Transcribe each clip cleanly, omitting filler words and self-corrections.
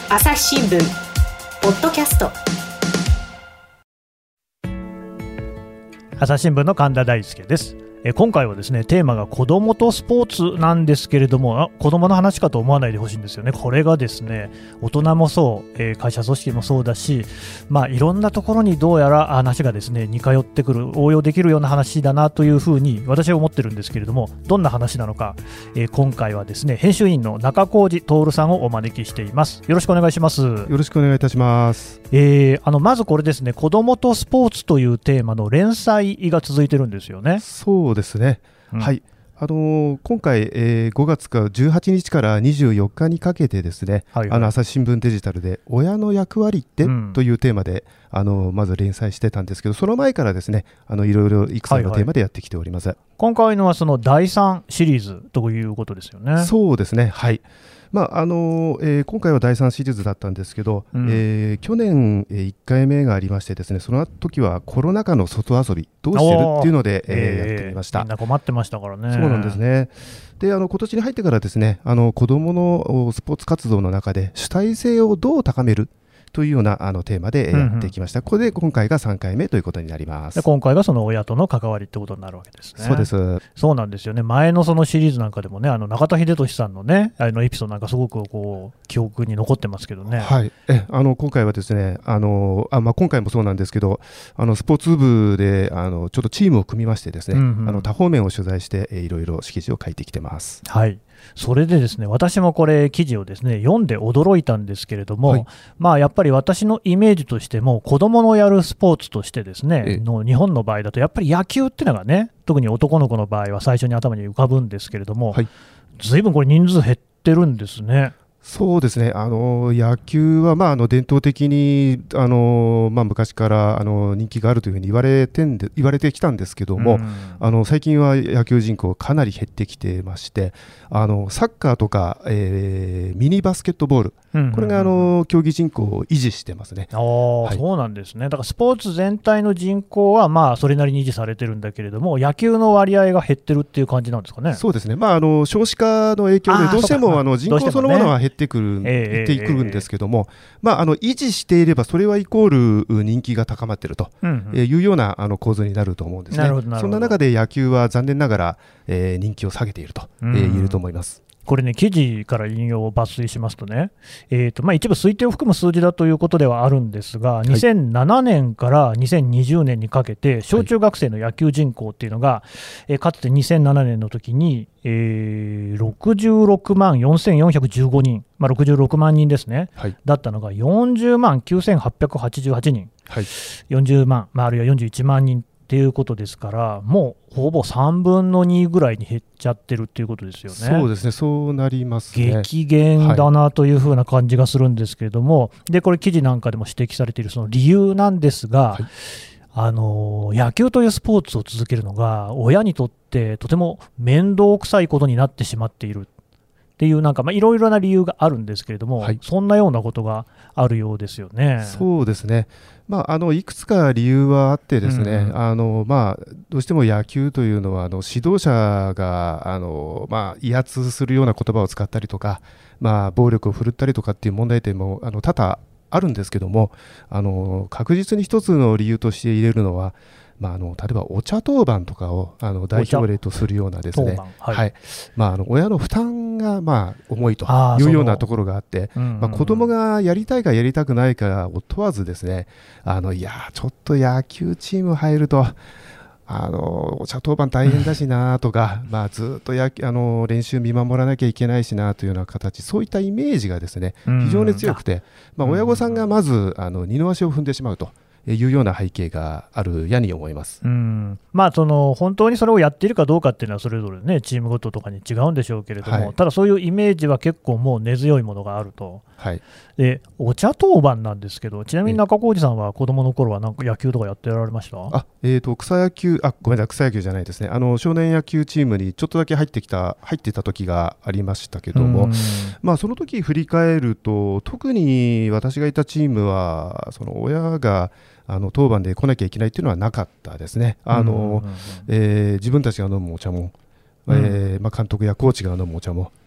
朝日新聞ポッドキャスト、 朝日新聞の神田大輔です。今回はですね、テーマが子どもとスポーツなんですけれども、子どもの話かと思わないでほしいんですよね。これがですね、大人もそう、会社組織もそうだし、いろんなところにどうやら話がですね似通ってくる、応用できるような話だなというふうに私は思ってるんですけれども、どんな話なのか、今回はですね、編集員の中小路徹さんをお招きしています。よろしくお願いします。よろしくお願いいたします。 まずこれですね、子どもとスポーツというテーマの連載が続いてるんですよね。 そうですね、はい。今回、5月から18日から24日にかけてですね、朝日新聞デジタルで親の役割ってというテーマで、まず連載してたんですけど、その前からですね、いろいろいくつかのテーマでやってきております。 今回のはその第3シリーズということですよね。 そうですね、はい。今回は第3シリーズだったんですけど、去年1回目がありましてですね、その時はコロナ禍の外遊びどうしてるっていうので、やってみました。 みんな困ってましたからね。 そうなんですね。で、今年に入ってからですね、子どものスポーツ活動の中で主体性をどう高めるというようなテーマでやってきました。これで今回が3回目ということになります。 で、今回がその親との関わりってことになるわけですね。 そうです。 そうなんですよね。前のそのシリーズなんかでもね、中田英寿さんのね、エピソードなんかすごく記憶に残ってますけどね。 はい。今回はですね、今回もそうなんですけど、スポーツ部でちょっとチームを組みましてですね、多方面を取材して、いろいろ記事を書いてきてます。 はい。それでですね、私もこれ記事をですね読んで驚いたんですけれども、やっぱり私のイメージとしても子どものやるスポーツとしてですね、日本の場合だとやっぱり野球っていうのがね、特に男の子の場合は最初に頭に浮かぶんですけれども、ずいぶんこれ人数減ってるんですね。 そうですね、野球は伝統的に昔から人気があるというふうに言われてきたんですけども、最近は野球人口かなり減ってきてまして、サッカーとか、ミニバスケットボール、これが競技人口を維持してますね。 そうなんですね。だからスポーツ全体の人口はそれなりに維持されてるんだけれども、野球の割合が減ってるっていう感じなんですかね。 そうですね、少子化の影響でどうしても人口そのものは減ってくるんですけども、維持していればそれはイコール人気が高まっているというような構図になると思うんですね。そんな中で野球は残念ながら人気を下げていると言えると思います。 これね、記事から引用を抜粋しますとね、一部推定を含む数字だということではあるんですが、2007年から2020年にかけて小中学生の野球人口っていうのが、かつて2007年の時に、66万4415人、66万人ですね、だったのが40万9888人、40万、あるいは41万人っていうことですから、もうほぼ3分の2ぐらいに減っちゃってるっていうことですよね。 そうですね、そうなりますね。 激減だなというふうな感じがするんですけれども、でこれ記事なんかでも指摘されているその理由なんですが、野球というスポーツを続けるのが親にとってとても面倒くさいことになってしまっているっていう、いろいろな理由があるんですけれども、そんなようなことがあるようですよね。 そうですね、いくつか理由はあってですね、どうしても野球というのは指導者が威圧するような言葉を使ったりとか、暴力を振るったりとかっていう問題点も多々あるんですけども、確実に一つの理由として入れるのは、例えばお茶当番とかを代表例とするようなですね、親の負担が重いというようなところがあって、子どもがやりたいかやりたくないかを問わずですね、ちょっと野球チーム入るとお茶当番大変だしなとか、ずっと練習見守らなきゃいけないしなというような形、そういったイメージがですね非常に強くて、親御さんがまず二の足を踏んでしまうというような背景があるやに思います。 本当にそれをやっているかどうかっていうのはそれぞれね、チームごととかに違うんでしょうけれども、ただそういうイメージは結構もう根強いものがあると。でお茶当番なんですけど、ちなみに中小路さんは子どもの頃はなんか野球とかやってられました？ 草野球、ごめんなさい、草野球じゃないですね、少年野球チームにちょっとだけ入ってた時がありましたけども、その時振り返ると、特に私がいたチームはその親が当番で来なきゃいけないっていうのはなかったですね。自分たちが飲むお茶も、監督やコーチが飲むお茶も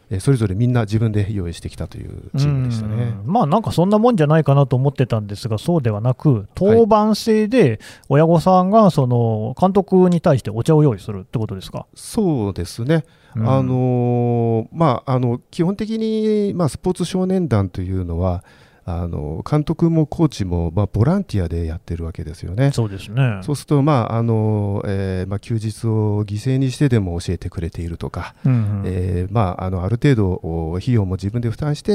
それぞれみんな自分で用意してきたというチームでしたね。 まあなんかそんなもんじゃないかなと思ってたんですが、そうではなく、当番制で親御さんがその監督に対してお茶を用意するってことですか。 そうですね、基本的に、スポーツ少年団というのは監督もコーチも、ボランティアでやってるわけですよね。 そうですね。 そうすると、休日を犠牲にしてでも教えてくれているとか、ある程度費用も自分で負担して、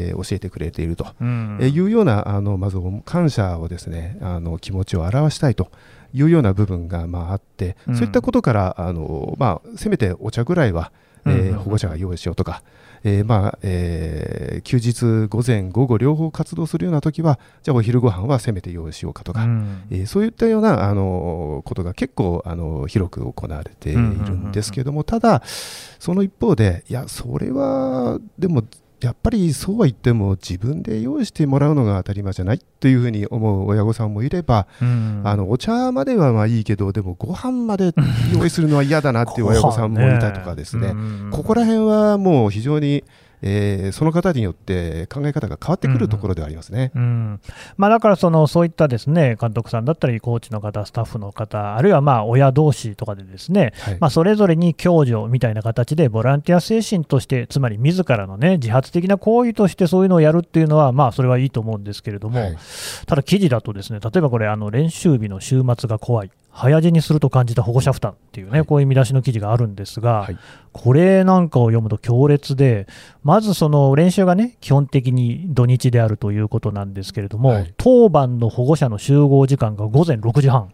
教えてくれていると、いうようなまず感謝をですね、気持ちを表したいというような部分があって、そういったことからせめてお茶ぐらいは、保護者が用意しようとか、休日午前午後両方活動するような時はじゃあお昼ご飯はせめて用意しようかとか、そういったようなことが結構広く行われているんですけども、ただその一方でいやそれはでもやっぱりそうは言っても自分で用意してもらうのが当たり前じゃないというふうに思う親御さんもいれば、お茶まではいいけどでもご飯まで用意するのは嫌だなっていう親御さんもいたとかですねここら辺はもう非常にその方によって考え方が変わってくるところではありますね。 だからそういったですね監督さんだったりコーチの方、スタッフの方、あるいは親同士とかでですね、それぞれに共助みたいな形でボランティア精神として、つまり自らのね自発的な行為としてそういうのをやるっていうのはそれはいいと思うんですけれども、ただ記事だとですね、例えばこれ練習日の週末が怖い、早死にすると感じた保護者負担っていうね、こういう見出しの記事があるんですが、これなんかを読むと強烈で、まずその練習がね基本的に土日であるということなんですけれども、当番の保護者の集合時間が午前6時半。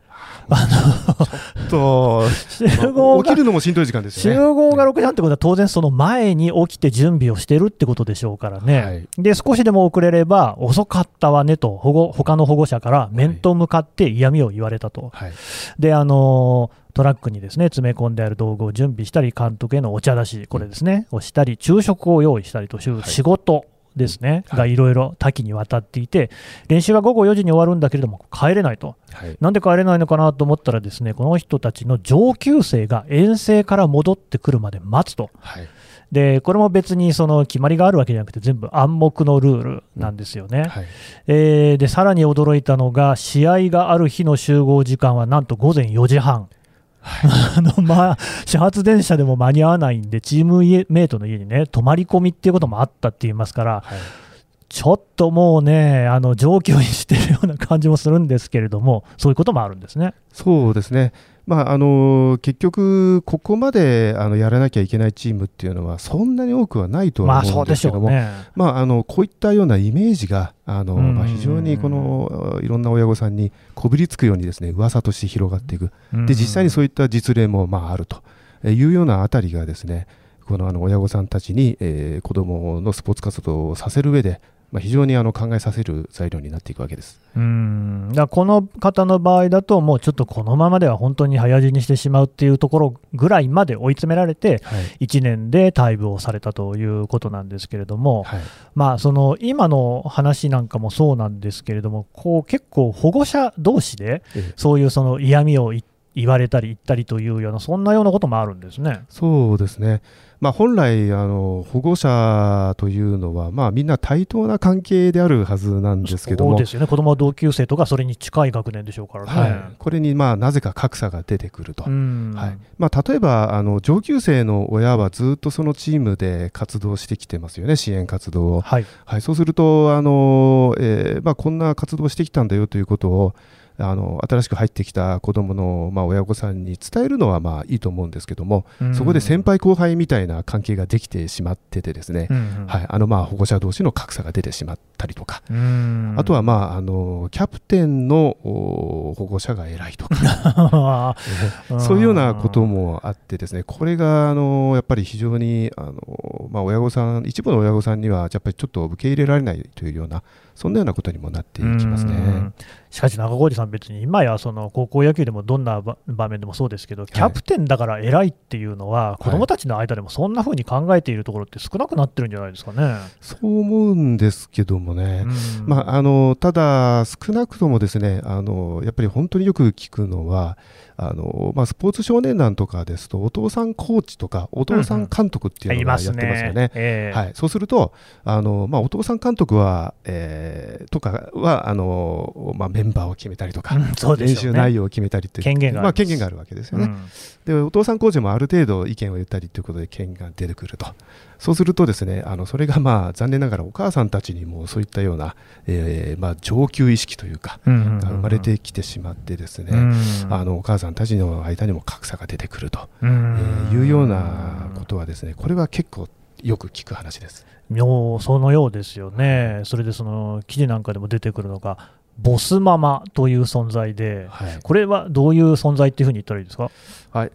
起きるのもしんどい時間ですね。 集合が6時半ってことは当然その前に起きて準備をしてるってことでしょうからね、で少しでも遅れれば遅かったわねと他の保護者から面と向かって嫌味を言われたと、でトラックにですね詰め込んである道具を準備したり、監督へのお茶出しこれですね、をしたり、昼食を用意したりという仕事ですね、がいろいろ多岐にわたっていて、練習は午後4時に終わるんだけれども帰れないと、なんで帰れないのかなと思ったらですね、この人たちの上級生が遠征から戻ってくるまで待つと、でこれも別にその決まりがあるわけじゃなくて全部暗黙のルールなんですよね、でさらに驚いたのが試合がある日の集合時間はなんと午前4時半。始発電車でも間に合わないんで、チームメイトの家にね泊まり込みっていうこともあったって言いますから、ちょっともうね上級にしてるような感じもするんですけれども、そういうこともあるんですね。 そうですね、結局ここまでやらなきゃいけないチームっていうのはそんなに多くはないとは思うんですけども、こういったようなイメージが非常にこのいろんな親御さんにこびりつくようにですね噂として広がっていく。で実際にそういった実例もあるというようなあたりがですね、この親御さんたちに子どものスポーツ活動をさせる上で非常に考えさせる材料になっていくわけです。 だからこの方の場合だと、もうちょっとこのままでは本当に早死にしてしまうっていうところぐらいまで追い詰められて、1年で退部をされたということなんですけれども、その今の話なんかもそうなんですけれども、結構保護者同士でそういうその嫌味を言われたり言ったりというような、そんなようなこともあるんですね。 そうですね、本来保護者というのは、みんな対等な関係であるはずなんですけども、 そうですよね、子どもは同級生とかそれに近い学年でしょうからね、 これになぜか格差が出てくると、例えば上級生の親はずっとそのチームで活動してきてますよね、支援活動を、そうするとこんな活動してきたんだよということを新しく入ってきた子どもの親御さんに伝えるのはいいと思うんですけども、そこで先輩後輩みたいな関係ができてしまっててですね、保護者同士の格差が出てしまったりとか、あとはキャプテンの保護者が偉いとかそういうようなこともあってですね、これがやっぱり非常に親御さん、一部の親御さんにはやっぱりちょっと受け入れられないというような、そんなようなことにもなっていきますね。 しかし中越さん、別に今やその高校野球でもどんな場面でもそうですけど、キャプテンだから偉いっていうのは、子どもたちの間でもそんな風に考えているところって少なくなってるんじゃないですかね。 そう思うんですけどもね、 うんただ、少なくともですね、やっぱり本当によく聞くのは、スポーツ少年団とかですと、お父さんコーチとか、お父さん監督っていうのがやってますよね。はい、そうすると、お父さん監督は、とかはメンバーを決めたりとか、練習内容を決めたりって権限があるわけですよね。でお父さんコーチもある程度意見を言ったりということで権限が出てくると。そうするとですね、それが残念ながらお母さんたちにもそういったような、上級意識というか、が生まれてきてしまってですね、お母さんたちの間にも格差が出てくるというようなことはですね、これは結構よく聞く話です。 そのようですよね。それでその記事なんかでも出てくるのがボスママという存在で、これはどういう存在っていうふうに言ったらいいですか？ はい、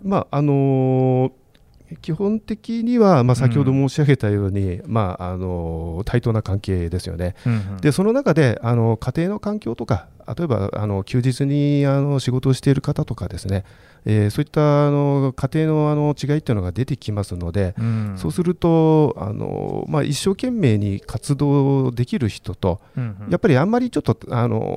基本的には、先ほど申し上げたように、対等な関係ですよね。でその中で家庭の環境とか、例えば休日に仕事をしている方とかですね、そういった家庭の違いっていうのが出てきますので、そうすると一生懸命に活動できる人と、やっぱりあんまりちょっと手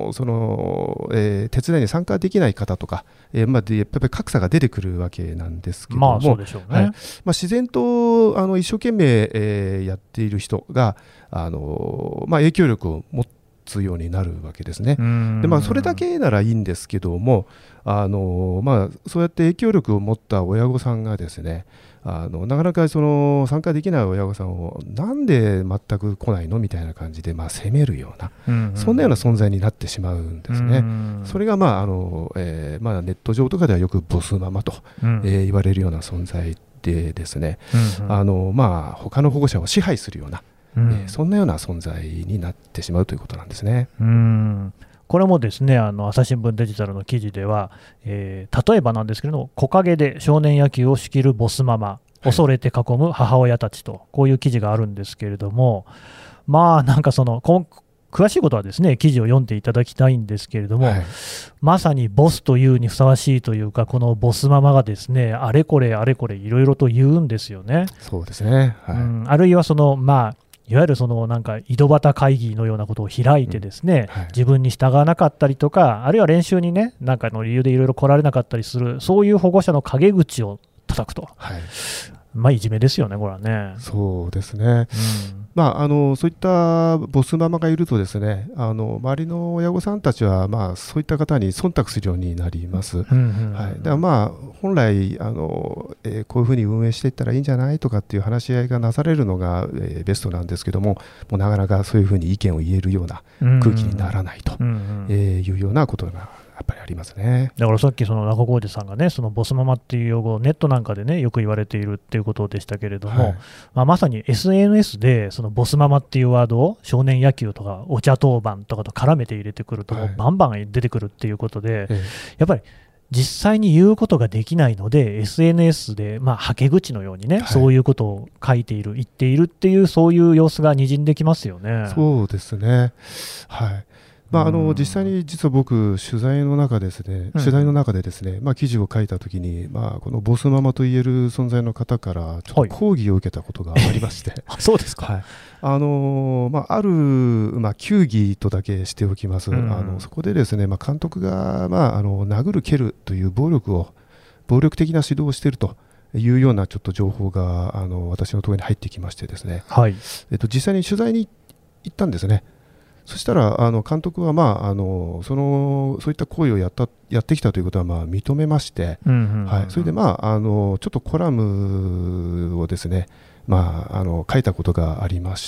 伝いに参加できない方とか、やっぱり格差が出てくるわけなんですけども、 そうでしょうね。 自然と一生懸命、やっている人が影響力を持つようになるわけですね。でそれだけならいいんですけども、そうやって影響力を持った親御さんがですね、なかなか参加できない親御さんをなんで全く来ないのみたいな感じで責めるような、そんなような存在になってしまうんですね。それがネット上とかではよくボスママと、言われるような存在でですね、他の保護者を支配するような、そんなような存在になってしまうということなんですね。 これもですね、朝日新聞デジタルの記事では、例えばなんですけれども、木陰で少年野球を仕切るボスママ、恐れて囲む母親たちと、こういう記事があるんですけれども、なんか詳しいことはですね、記事を読んでいただきたいんですけれども、まさにボスというにふさわしいというか、このボスママがですね、あれこれいろいろと言うんですよね。 そうですね。 あるいはいわゆるなんか井戸端会議のようなことを開いてですね、自分に従わなかったりとか、あるいは練習にね、なんかの理由でいろいろ来られなかったりする、そういう保護者の陰口を叩くと、いじめですよね、これはね。 そうですね。そういったボスママがいるとですね、周りの親御さんたちはそういった方に忖度するようになります。だから本来こういうふうに運営していったらいいんじゃないとかっていう話し合いがなされるのが、ベストなんですけども、なかなかそういうふうに意見を言えるような空気にならないというようなことがやっぱりありますね。 だからさっき中浩二さんがね、そのボスママっていう用語をネットなんかでね、よく言われているっていうことでしたけれども、まさに SNS でそのボスママっていうワードを少年野球とかお茶当番とかと絡めて入れてくると、もうバンバン出てくるっていうことで、やっぱり実際に言うことができないので SNS ではけ口のようにね、そういうことを書いている、言っているっていう、そういう様子がにじんできますよね。 そうですね。実際に実は僕取材の中でですね、記事を書いたときに、このボスママといえる存在の方からちょっと抗議を受けたことがありまして、 そうですか。 ある、球技とだけしておきます。そこでですね、監督が、殴る蹴るという暴力的な指導をしているというようなちょっと情報が私のところに入ってきましてですね、実際に取材に行ったんですね。そしたら監督は、そういった行為をやってきたということは認めまして、それでちょっとコラムをですね、書いたことがありました。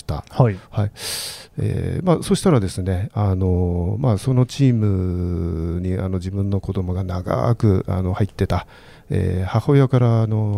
そしたらですね、そのチームに自分の子供が長く入ってた、母親から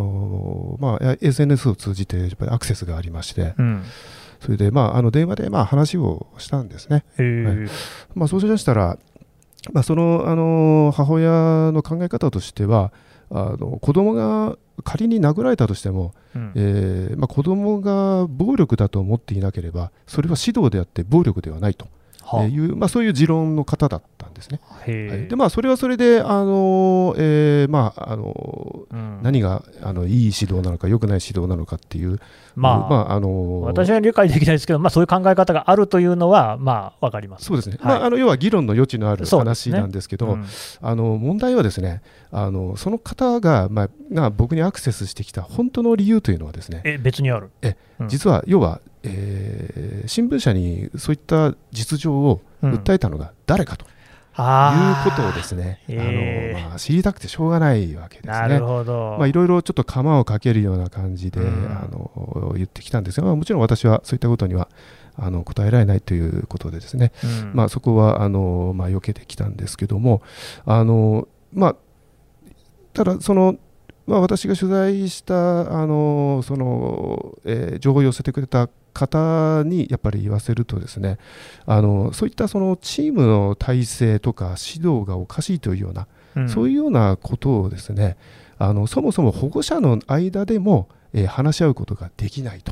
SNS を通じてやっぱりアクセスがありまして、それで電話で話をしたんですね。そうしましたら、その母親の考え方としては、子供が仮に殴られたとしても、子供が暴力だと思っていなければそれは指導であって暴力ではないという、そういう持論の方だったんですね。 へでそれはそれで、何がいい指導なのか良くない指導なのかっていう、 私は理解できないですけど、そういう考え方があるというのは分かります。 そうですね、要は議論の余地のある話なんですけど、問題はですね、その方が、僕にアクセスしてきた本当の理由というのはですね、 別にある。 実は要は、新聞社にそういった実情を訴えたのが誰かということをですね、知りたくてしょうがないわけですね。 なるほど。 いろいろちょっと釜をかけるような感じで、言ってきたんですが、もちろん私はそういったことには答えられないということでですね、そこは避けてきたんですけども、ただ私が取材した情報を寄せてくれた方にやっぱり言わせるとですね、そういったチームの体制とか指導がおかしいというような、そういうようなことをですね、そもそも保護者の間でも話し合うことができないと。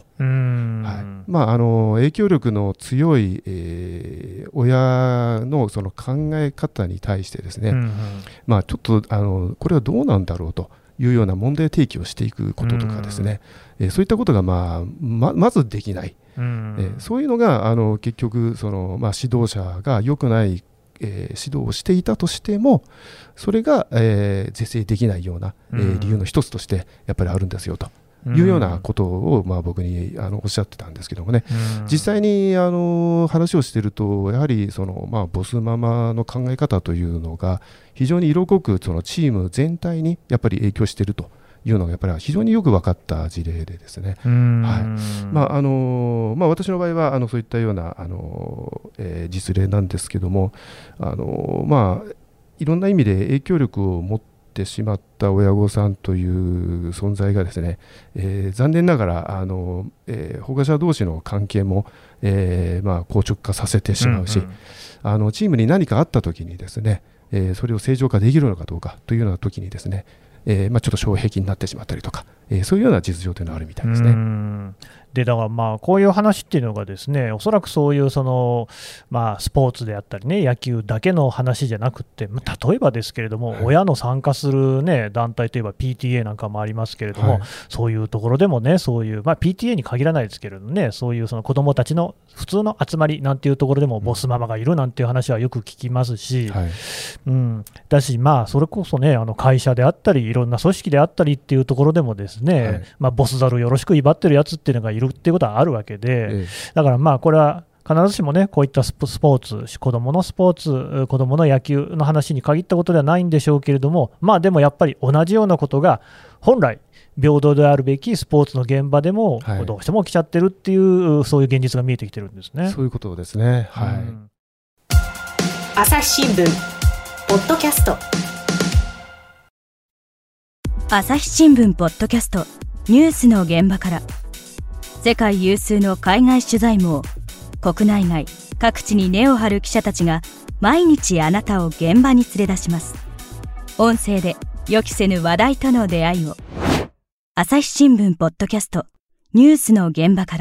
影響力の強い、親のその考え方に対してですね、ちょっとこれはどうなんだろうというような問題提起をしていくこととかですね、そういったことがまずできない、そういうのが結局指導者が良くない指導をしていたとしても、それが是正できないような理由の一つとしてやっぱりあるんですよというようなことを僕におっしゃってたんですけどもね、実際に話をしていると、やはりボスママの考え方というのが非常に色濃くチーム全体にやっぱり影響しているというのがやっぱり非常によく分かった事例でですね、私の場合はそういったような実例なんですけども、いろんな意味で影響力を持ってしまった親御さんという存在がですね、残念ながら保護者同士の関係も、硬直化させてしまうし、チームに何かあったときにですね、それを正常化できるのかどうかというようなときにですね、ちょっと障壁になってしまったりとか、そういうような実情というのがあるみたいですね。 でだからこういう話っていうのがですね、おそらくそういうスポーツであったりね、野球だけの話じゃなくて、例えばですけれども、親の参加する、団体といえば PTA なんかもありますけれども、そういうところでもね、そういう、PTA に限らないですけれどもね、そういう子どもたちの普通の集まりなんていうところでもボスママがいるなんていう話はよく聞きますし、だし、それこそね、会社であったり、いろんな組織であったりっていうところでもですね、ボス猿よろしく威張ってるやつっていうのがいるっていうことはあるわけで、だからこれは必ずしもね、こういったスポーツ、子どものスポーツ、子どもの野球の話に限ったことではないんでしょうけれども、でもやっぱり同じようなことが本来平等であるべきスポーツの現場でもどうしても起きちゃってるっていう、そういう現実が見えてきてるんですね。 そういうことですね。 朝日新聞ポッドキャスト、 朝日新聞ポッドキャスト、ニュースの現場から、世界有数の海外取材網、国内外各地に根を張る記者たちが毎日あなたを現場に連れ出します。音声で予期せぬ話題との出会いを。朝日新聞ポッドキャスト、ニュースの現場から。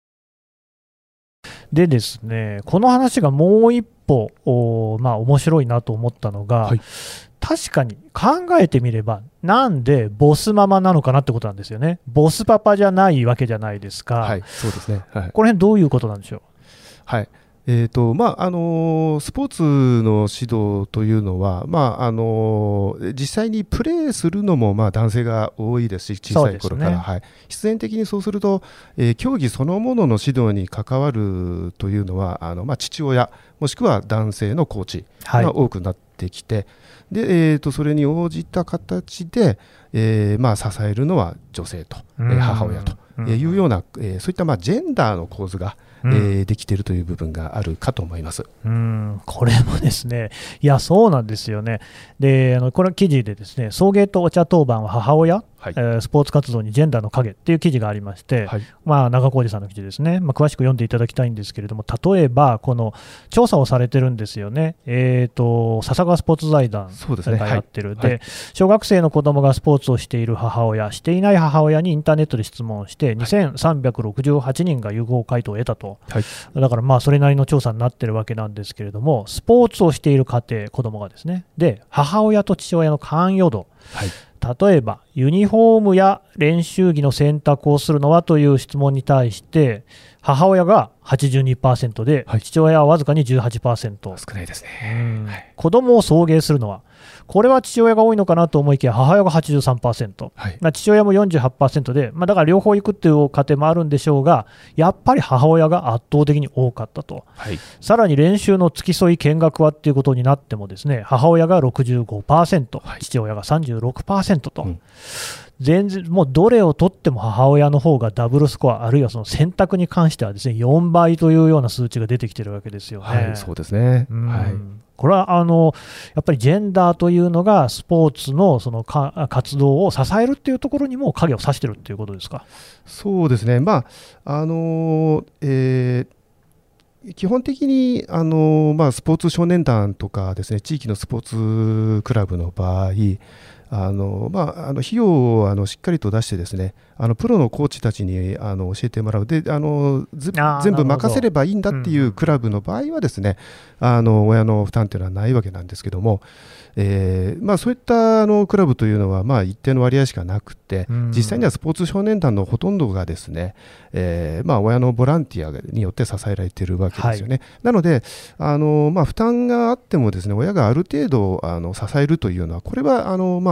でですね、この話がもう一歩面白いなと思ったのが、確かに考えてみれば、なんでボスママなのかなってことなんですよね。ボスパパじゃないわけじゃないですか。 そうですね。 この辺どういうことなんでしょう。 スポーツの指導というのは、実際にプレーするのも男性が多いですし、小さい頃から、必然的にそうすると、競技そのものの指導に関わるというのは父親もしくは男性のコーチが多くなってきて、でそれに応じた形で、支えるのは女性と、母親というような、そういったジェンダーの構図ができているという部分があるかと思います。 これもですね、いやそうなんですよね。でこの記事でですね、送迎とお茶当番は母親、スポーツ活動にジェンダーの影っていう記事がありまして、中浩二さんの記事ですね、詳しく読んでいただきたいんですけれども、例えばこの調査をされてるんですよね。笹川スポーツ財団がやってる、で小学生の子どもがスポーツをしている母親、していない母親にインターネットで質問して2368人が有効回答を得たとと、 はい、 だからまあそれなりの調査になってるわけなんですけれども、スポーツをしている家庭、子供がですね、で母親と父親の関与度、 はい、 例えばユニフォームや練習着の選択をするのはという質問に対して母親が 82% で、 はい、父親はわずかに 18%、 少ないですね、はい、 子供を送迎するのは、これは父親が多いのかなと思いきや母親が 83%、 はい、 父親も 48% で、だから両方行くっていう家庭もあるんでしょうが、やっぱり母親が圧倒的に多かったと、はい、さらに練習の付き添い見学はっていうことになってもですね、母親が 65%、はい、父親が 36% と、全然もうどれを取っても母親の方がダブルスコア、あるいはその選択に関してはですね4倍というような数値が出てきているわけですよね。 はい、そうですね、はい、 これはやっぱりジェンダーというのがスポーツのその活動を支えるっていうところにも影を差しているっていうことですか。 そうですね、基本的にスポーツ少年団とかですね、地域のスポーツクラブの場合、費用をしっかりと出してですね、プロのコーチたちに教えてもらうで全部任せればいいんだっていうクラブの場合はですね、親の負担というのはないわけなんですけども、そういったクラブというのは一定の割合しかなくて、実際にはスポーツ少年団のほとんどがですね、親のボランティアによって支えられているわけですよね。はい、なので負担があってもですね、親がある程度支えるというのは、これは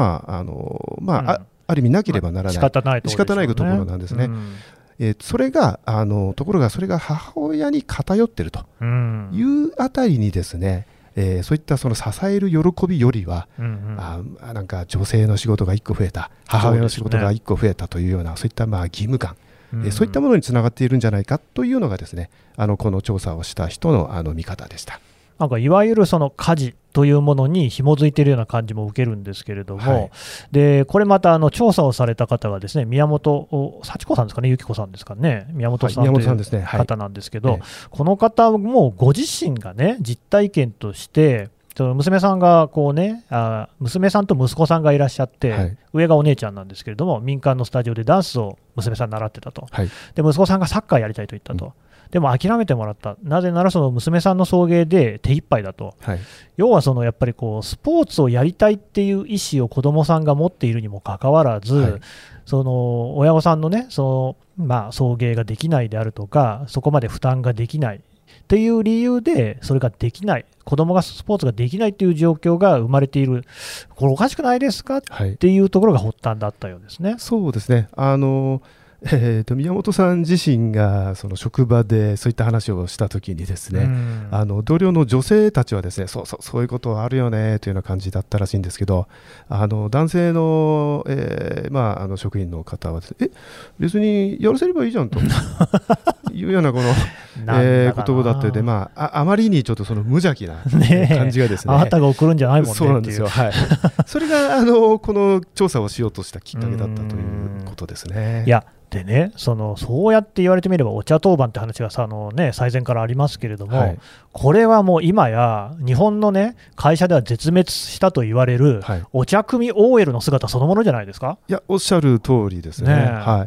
ある意味なければならない、仕方ないところなんですね。それがところがそれが母親に偏っているというあたりにですね、そういったその支える喜びよりは、なんか女性の仕事が1個増えた、母親の仕事が1個増えたというような、そういった義務感、そういったものにつながっているんじゃないかというのがですね、この調査をした人の見方でした。 なんかいわゆるその家事というものに紐づいているような感じも受けるんですけれども、はい、でこれまた調査をされた方がですね、宮本幸子さんですかね、由紀子さんですかね、宮本さんという方なんですけど、この方もご自身がね、実体験として娘さんが娘さんと息子さんがいらっしゃって、はい、上がお姉ちゃんなんですけれども、民間のスタジオでダンスを娘さん習ってたと、はい、で息子さんがサッカーやりたいと言ったと、でも諦めてもらった、なぜならその娘さんの送迎で手一杯だと、はい、要はやっぱりスポーツをやりたいっていう意思を子どもさんが持っているにもかかわらず、はい、親御さんのね、送迎ができないであるとか、そこまで負担ができないっていう理由で、それができない、子どもがスポーツができないっていう状況が生まれている、これおかしくないですかっていうところが発端だったようですね。はい、 そうですね、宮本さん自身がその職場でそういった話をしたときにですね、同僚の女性たちはですね、そういうことはあるよねというような感じだったらしいんですけど、男性の、職員の方はですね、別にやらせればいいじゃんというようなこの言葉だったので、あまりにちょっとその無邪気な感じがですね、 あなたが送るんじゃないもんね。 そうなんですよ、はい、それがこの調査をしようとしたきっかけだったということですね。 いやでね、そうやって言われてみればお茶当番って話が最前からありますけれども、はい、これはもう今や日本の、会社では絶滅したと言われる、はい、お茶組 OL の姿そのものじゃないですか。 いや、おっしゃる通りですね。はい、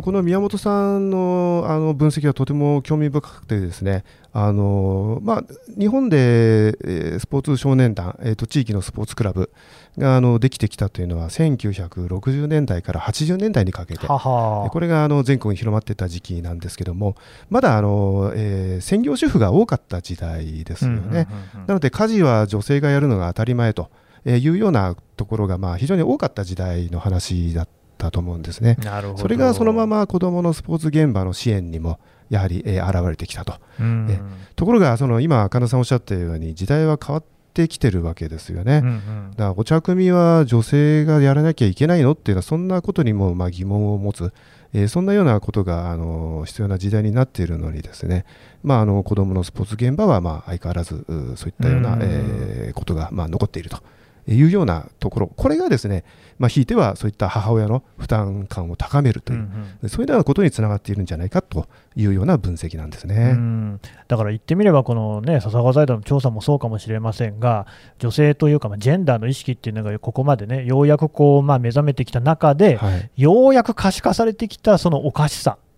この宮本さんの、分析はとても興味深くてですね、日本で、スポーツ少年団、地域のスポーツクラブができてきたというのは1960年代から80年代にかけて、これが全国に広まっていた時期なんですけども、まだ専業主婦が多かった時代ですよね。なので家事は女性がやるのが当たり前というようなところが非常に多かった時代の話だったと思うんですね。それがそのまま子どものスポーツ現場の支援にもやはり現れてきたと。ところが今神田さんおっしゃったように時代は変わってきてるわけですよね。だからお茶組は女性がやらなきゃいけないのっていうのは、そんなことにも疑問を持つ、そんなようなことが必要な時代になっているのにですね、子どものスポーツ現場は相変わらずそういったようなことが残っているというようなところ、これがですね、ひいてはそういった母親の負担感を高めるという、そういうようなことにつながっているんじゃないかというような分析なんですね。 だから言ってみれば、この笹川財団の調査もそうかもしれませんが、女性というかジェンダーの意識っていうのがここまでね、ようやく目覚めてきた中で、はい、ようやく可視化されてきたそのおかしさ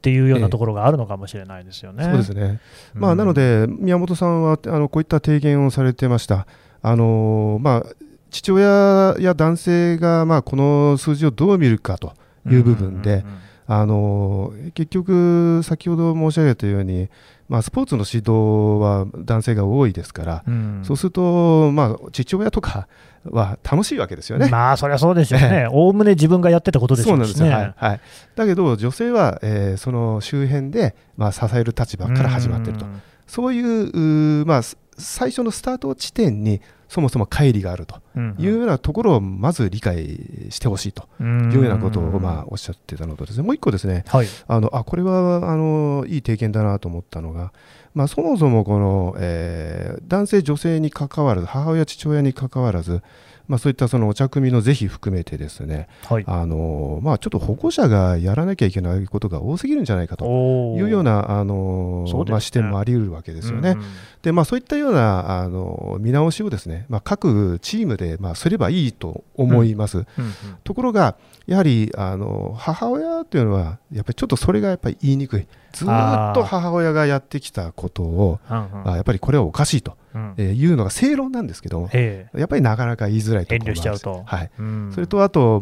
っていうようなところがあるのかもしれないですよね。 そうですね、なので宮本さんはこういった提言をされてました。父親や男性がこの数字をどう見るかという部分で、結局先ほど申し上げたように、スポーツの指導は男性が多いですから、そうすると、父親とかは楽しいわけですよね。 そりゃそうでしょうね。おおむね自分がやってたことですよね。 そうなんですよ、はい。だけど女性は、その周辺で、支える立場から始まっていると、そういう、最初のスタート地点にそもそも乖離があるというようなところをまず理解してほしいというようなことをおっしゃってたのとですね、もう一個ですね、これはいい提言だなと思ったのが、そもそもこの、男性女性に関わらず、母親父親に関わらず、そういったそのお茶組の是非含めてですね、ちょっと保護者がやらなきゃいけないことが多すぎるんじゃないかというような視点もあり得るわけですよね。でそういったような見直しをですね、各チームですればいいと思います。ところがやはり母親というのはやっぱりちょっとそれがやっぱり言いにくい。ずっと母親がやってきたことをやっぱりこれはおかしいというのが正論なんですけど、やっぱりなかなか言いづらいところもある。遠慮しちゃうと。それとあと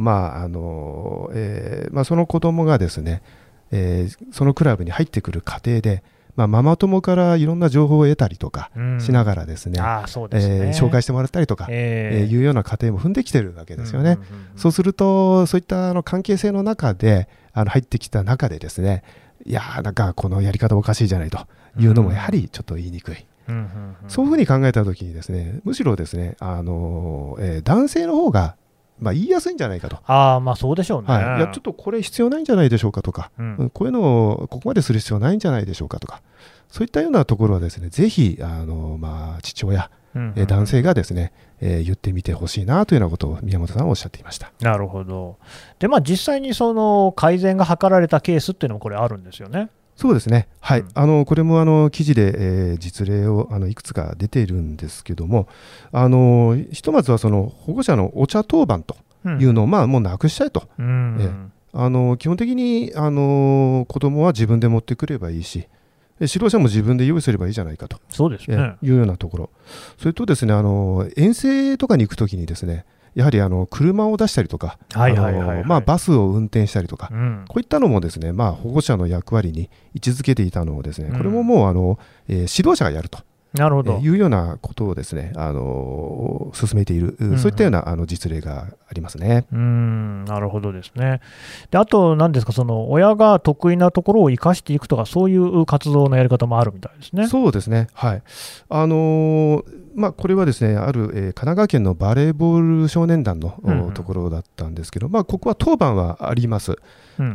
その子供がですね、そのクラブに入ってくる過程でママ友からいろんな情報を得たりとかしながらですね、紹介してもらったりとかいうような過程も踏んできてるわけですよね。そうするとそういった関係性の中で入ってきた中でですね、いやなんかこのやり方おかしいじゃないというのもやはりちょっと言いにくい。そういうふうに考えたときにですね、むしろですね男性の方が言いやすいんじゃないかと。 そうでしょうね。 いやちょっとこれ必要ないんじゃないでしょうかとか、こういうのをここまでする必要ないんじゃないでしょうかとか、そういったようなところはですね、ぜひ父親、男性がですね、言ってみてほしいなというようなことを宮本さんはおっしゃっていました。 なるほど。で実際にその改善が図られたケースっていうのもこれあるんですよね。 そうですね、はい。これも記事で、実例をいくつか出ているんですけども、ひとまずはその保護者のお茶当番というのをもうなくしたいと。基本的に子供は自分で持ってくればいいし、指導者も自分で用意すればいいじゃないかと。 そうですね。 いうようなところ。それとですね、遠征とかに行くときにですね、やはり車を出したりとか、バスを運転したりとか、こういったのもですね、保護者の役割に位置づけていたのをですね、これももう指導者がやると。いうようなことをですね、進めている、そういったような実例がありますね。 なるほどですね。であと何ですか、その親が得意なところを生かしていくとか、そういう活動のやり方もあるみたいですね。 そうですね、はい。これはですね、ある、神奈川県のバレーボール少年団の、ところだったんですけど、ここは当番はあります。体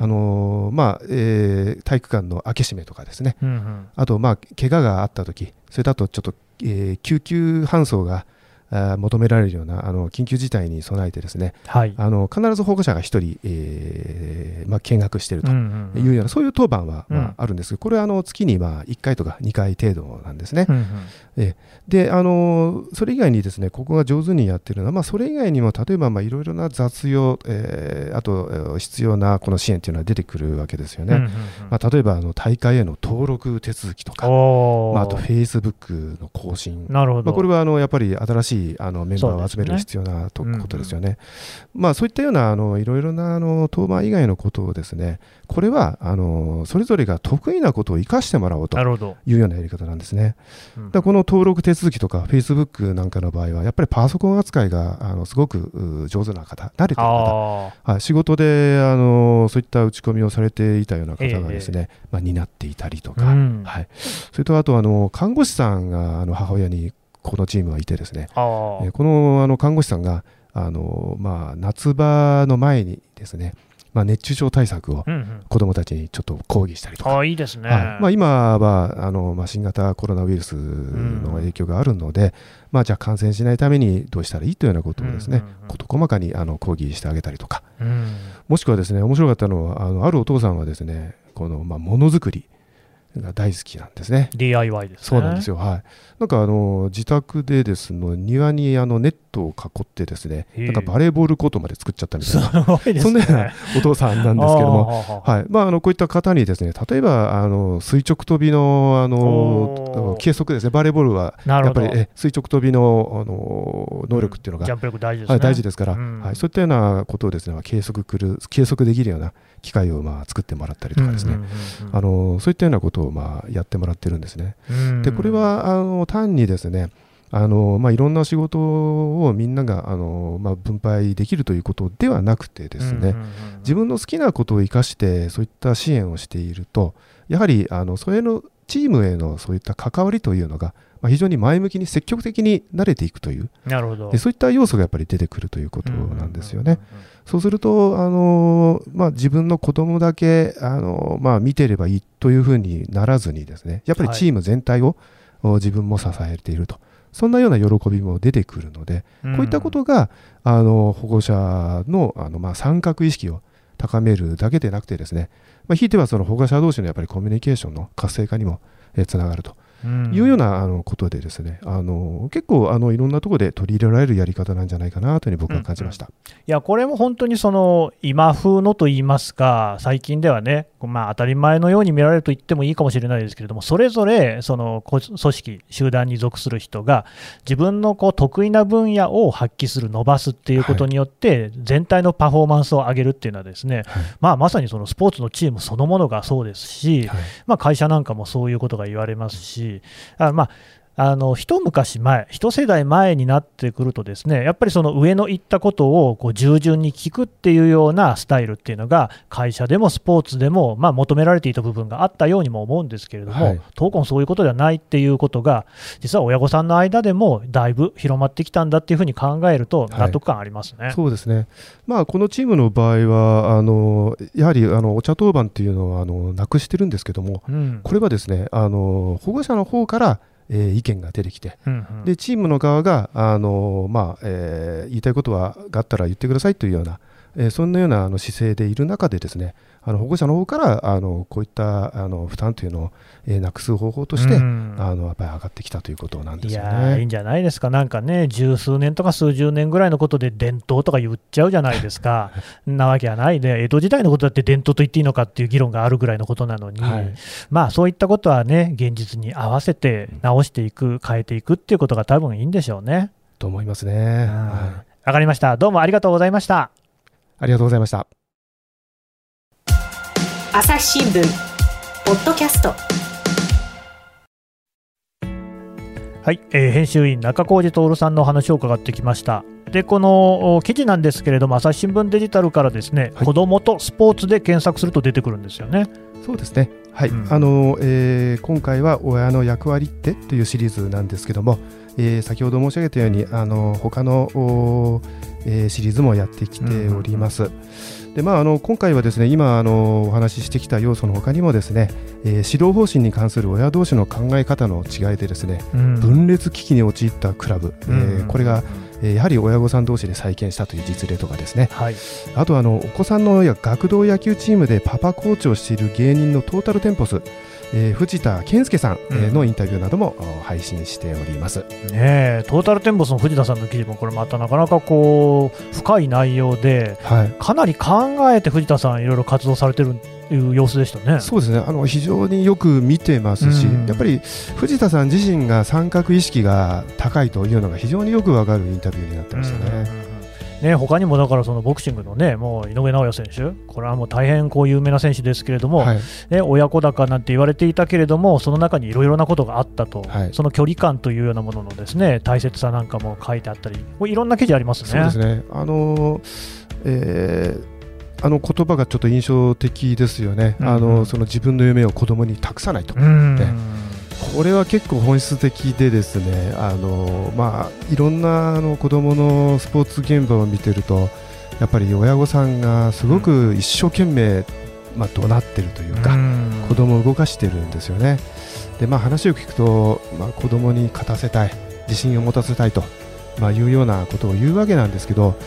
育館の開け閉めとかですね、あと怪我があったとき、それだとちょっと、救急搬送が求められるような緊急事態に備えてですね、必ず保護者が1人、見学しているというような、そういう当番はあるんですけど、これは月に1回とか2回程度なんですね。でそれ以外にですね、ここが上手にやっているのは、それ以外にも例えばいろいろな雑用、あと必要なこの支援というのは出てくるわけですよね。例えば大会への登録手続きとか、あと Facebook の更新、これはやっぱり新しいメンバーを集める必要なことですよね。そういったようないろいろな当番以外のことをですね、これはそれぞれが得意なことを生かしてもらおうというようなやり方なんですね。だこの登録手続きとか Facebook なんかの場合はやっぱりパソコン扱いがすごく上手な方、慣れている方、仕事でそういった打ち込みをされていたような方がですね、担っていたりとか、それとあと看護師さんが母親にこのチームはいてですね、この看護師さんが夏場の前にですね、熱中症対策を子どもたちにちょっと講義したりとか、 いいですね。 今は新型コロナウイルスの影響があるので、じゃあ感染しないためにどうしたらいいというようなことをですね、事細かに講義してあげたりとか、もしくはですね、面白かったのはあるお父さんはですね、このものづくり、 が大好きなんですね。 DIY ですね。 そうなんですよ、はい、なんか自宅でですね、庭にネットを囲ってですね、なんかバレーボールコートまで作っちゃったみたいな、 すごいですね、 そんなようなお父さんなんですけども、はい、こういった方にですね、例えば垂直跳びの計測ですね、バレーボールはやっぱり垂直跳びの能力っていうのが、 ジャンプ力大事ですね、 はい、大事ですから、はい、そういったようなことをですね、計測できるような機械を作ってもらったりとかですね、そういったようなことをやってもらってるんですね。でこれは単にですね、いろんな仕事をみんなが分配できるということではなくてですね、自分の好きなことを生かしてそういった支援をしていると、やはりそれのチームへのそういった関わりというのが非常に前向きに積極的に慣れていくという、 なるほど、 そういった要素がやっぱり出てくるということなんですよね。そうすると自分の子供だけ見てればいいというふうにならずにですね、やっぱりチーム全体を自分も支えていると、そんなような喜びも出てくるので、こういったことが保護者の参画意識を高めるだけでなくてですね、ひいてはその保護者同士のやっぱりコミュニケーションの活性化にもつながるというようなことでですね、結構いろんなところで取り入れられるやり方なんじゃないかなというふうに僕は感じました。 いやこれも本当に今風のといいますか、最近ではね、当たり前のように見られると言ってもいいかもしれないですけれども、それぞれその組織集団に属する人が自分の得意な分野を発揮する、伸ばすっていうことによって全体のパフォーマンスを上げるっていうのはですね、まさにそのスポーツのチームそのものがそうですし、会社なんかもそういうことが言われますし、一昔前、一世代前になってくるとですね、やっぱりその上の言ったことを従順に聞くっていうようなスタイルっていうのが会社でもスポーツでも求められていた部分があったようにも思うんですけれども、当今そういうことではないっていうことが実は親御さんの間でもだいぶ広まってきたんだっていうふうに考えると納得感ありますね。 そうですね、このチームの場合はやはりお茶当番っていうのはなくしてるんですけども、これはですね保護者の方から意見が出てきて、でチームの側が言いたいことがあったら言ってくださいというような、そんなような姿勢でいる中でですね、保護者の方からこういった負担というのをなくす方法としてやっぱり上がってきたということなんですよね。 いやいいんじゃないですか。なんかね、十数年とか数十年ぐらいのことで伝統とか言っちゃうじゃないですかなわけはないで、江戸時代のことだって伝統と言っていいのかっていう議論があるぐらいのことなのに、そういったことはね、現実に合わせて直していく、変えていくっていうことが多分いいんでしょうね。 と思いますね。 わかりました。どうもありがとうございました。 ありがとうございました。 朝日新聞ポッドキャスト、 はい、編集員中小路徹さんのお話を伺ってきました。でこの記事なんですけれども、朝日新聞デジタルからですね、子どもとスポーツで検索すると出てくるんですよね。 そうですね、はい、今回は親の役割ってというシリーズなんですけども、先ほど申し上げたように他のシリーズもやってきております。で今回はですね、今お話ししてきた要素の他にもですね、指導方針に関する親同士の考え方の違いでですね、分裂危機に陥ったクラブ、これがやはり親御さん同士で再建したという実例とかですね、あとお子さんの学童野球チームでパパコーチをしている芸人のトータルテンポス、藤田健介さんのインタビューなども配信しております、トータルテンポスの藤田さんの記事もこれまたなかなか深い内容で、かなり考えて藤田さんいろいろ活動されてるいう様子でしたね。 そうですね、非常によく見てますし、やっぱり藤田さん自身が参画意識が高いというのが非常によくわかるインタビューになってましたね。 他にもだからそのボクシングのね、もう井上尚弥選手、これはもう大変有名な選手ですけれども、親子鷹なんて言われていたけれども、その中にいろいろなことがあったと、その距離感というようなもののですね、大切さなんかも書いてあったり、いろんな記事ありますね。 そうですね、言葉がちょっと印象的ですよね。その自分の夢を子供に託さないと、これは結構本質的でですね、いろんな子供のスポーツ現場を見てると、やっぱり親御さんがすごく一生懸命、怒鳴ってるというか、子供を動かしてるんですよね。で、話を聞くと、子供に勝たせたい、自信を持たせたいと、いうようなことを言うわけなんですけど、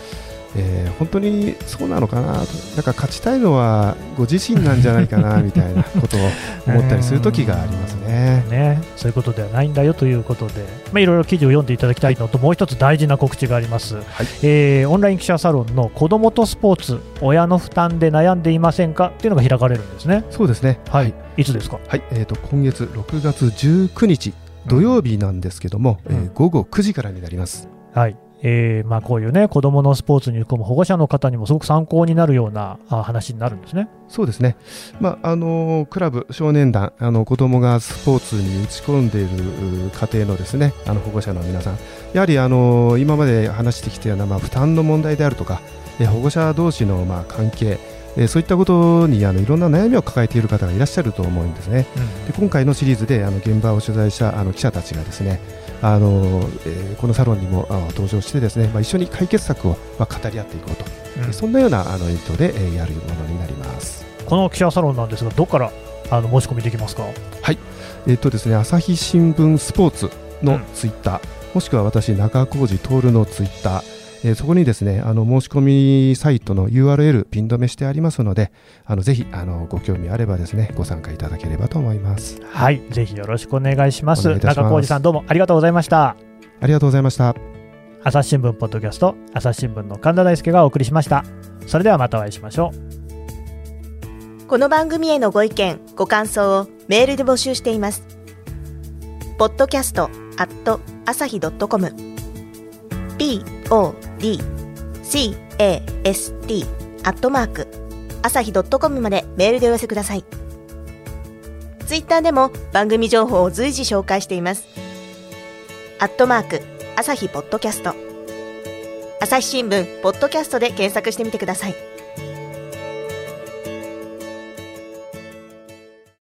本当にそうなのかなと、なんか勝ちたいのはご自身なんじゃないかなみたいなことを思ったりする時がありますね。 そういうことではないんだよということで、いろいろ記事を読んでいただきたいのと、もう一つ大事な告知があります、オンライン記者サロンの子どもとスポーツ、親の負担で悩んでいませんかっていうのが開かれるんですね。 そうですね、 いつですか？ 今月6月19日土曜日なんですけども、午後9時からになります。 こういうね、子どものスポーツに含む保護者の方にもすごく参考になるような話になるんですね。 そうですね、クラブ、少年団、子どもがスポーツに打ち込んでいる家庭のですね、保護者の皆さん、やはり今まで話してきたような、負担の問題であるとか、保護者同士の関係、そういったことにいろんな悩みを抱えている方がいらっしゃると思うんですね。で、今回のシリーズで現場を取材した記者たちがですね、このサロンにも登場してですね、一緒に解決策を語り合っていこうと、そんなような意図でやるものになります。 この記者サロンなんですが、どこから申し込みできますか？ ですね、朝日新聞スポーツのツイッター、もしくは私中小路徹のツイッター、そこにですね、申し込みサイトの URL ピン止めしてありますので、ぜひご興味あればですね、ご参加いただければと思います。 ぜひよろしくお願いします。中小路さん、どうもありがとうございました。 ありがとうございました。 朝日新聞ポッドキャスト、朝日新聞の神田大輔がお送りしました。それではまたお会いしましょう。この番組へのご意見ご感想をメールで募集しています。podcast@asahi.com podcast@asahi.com までメールでお寄せください。ツイッターでも番組情報を随時紹介しています。@朝日ポッドキャスト、朝日新聞ポッドキャストで検索してみてください。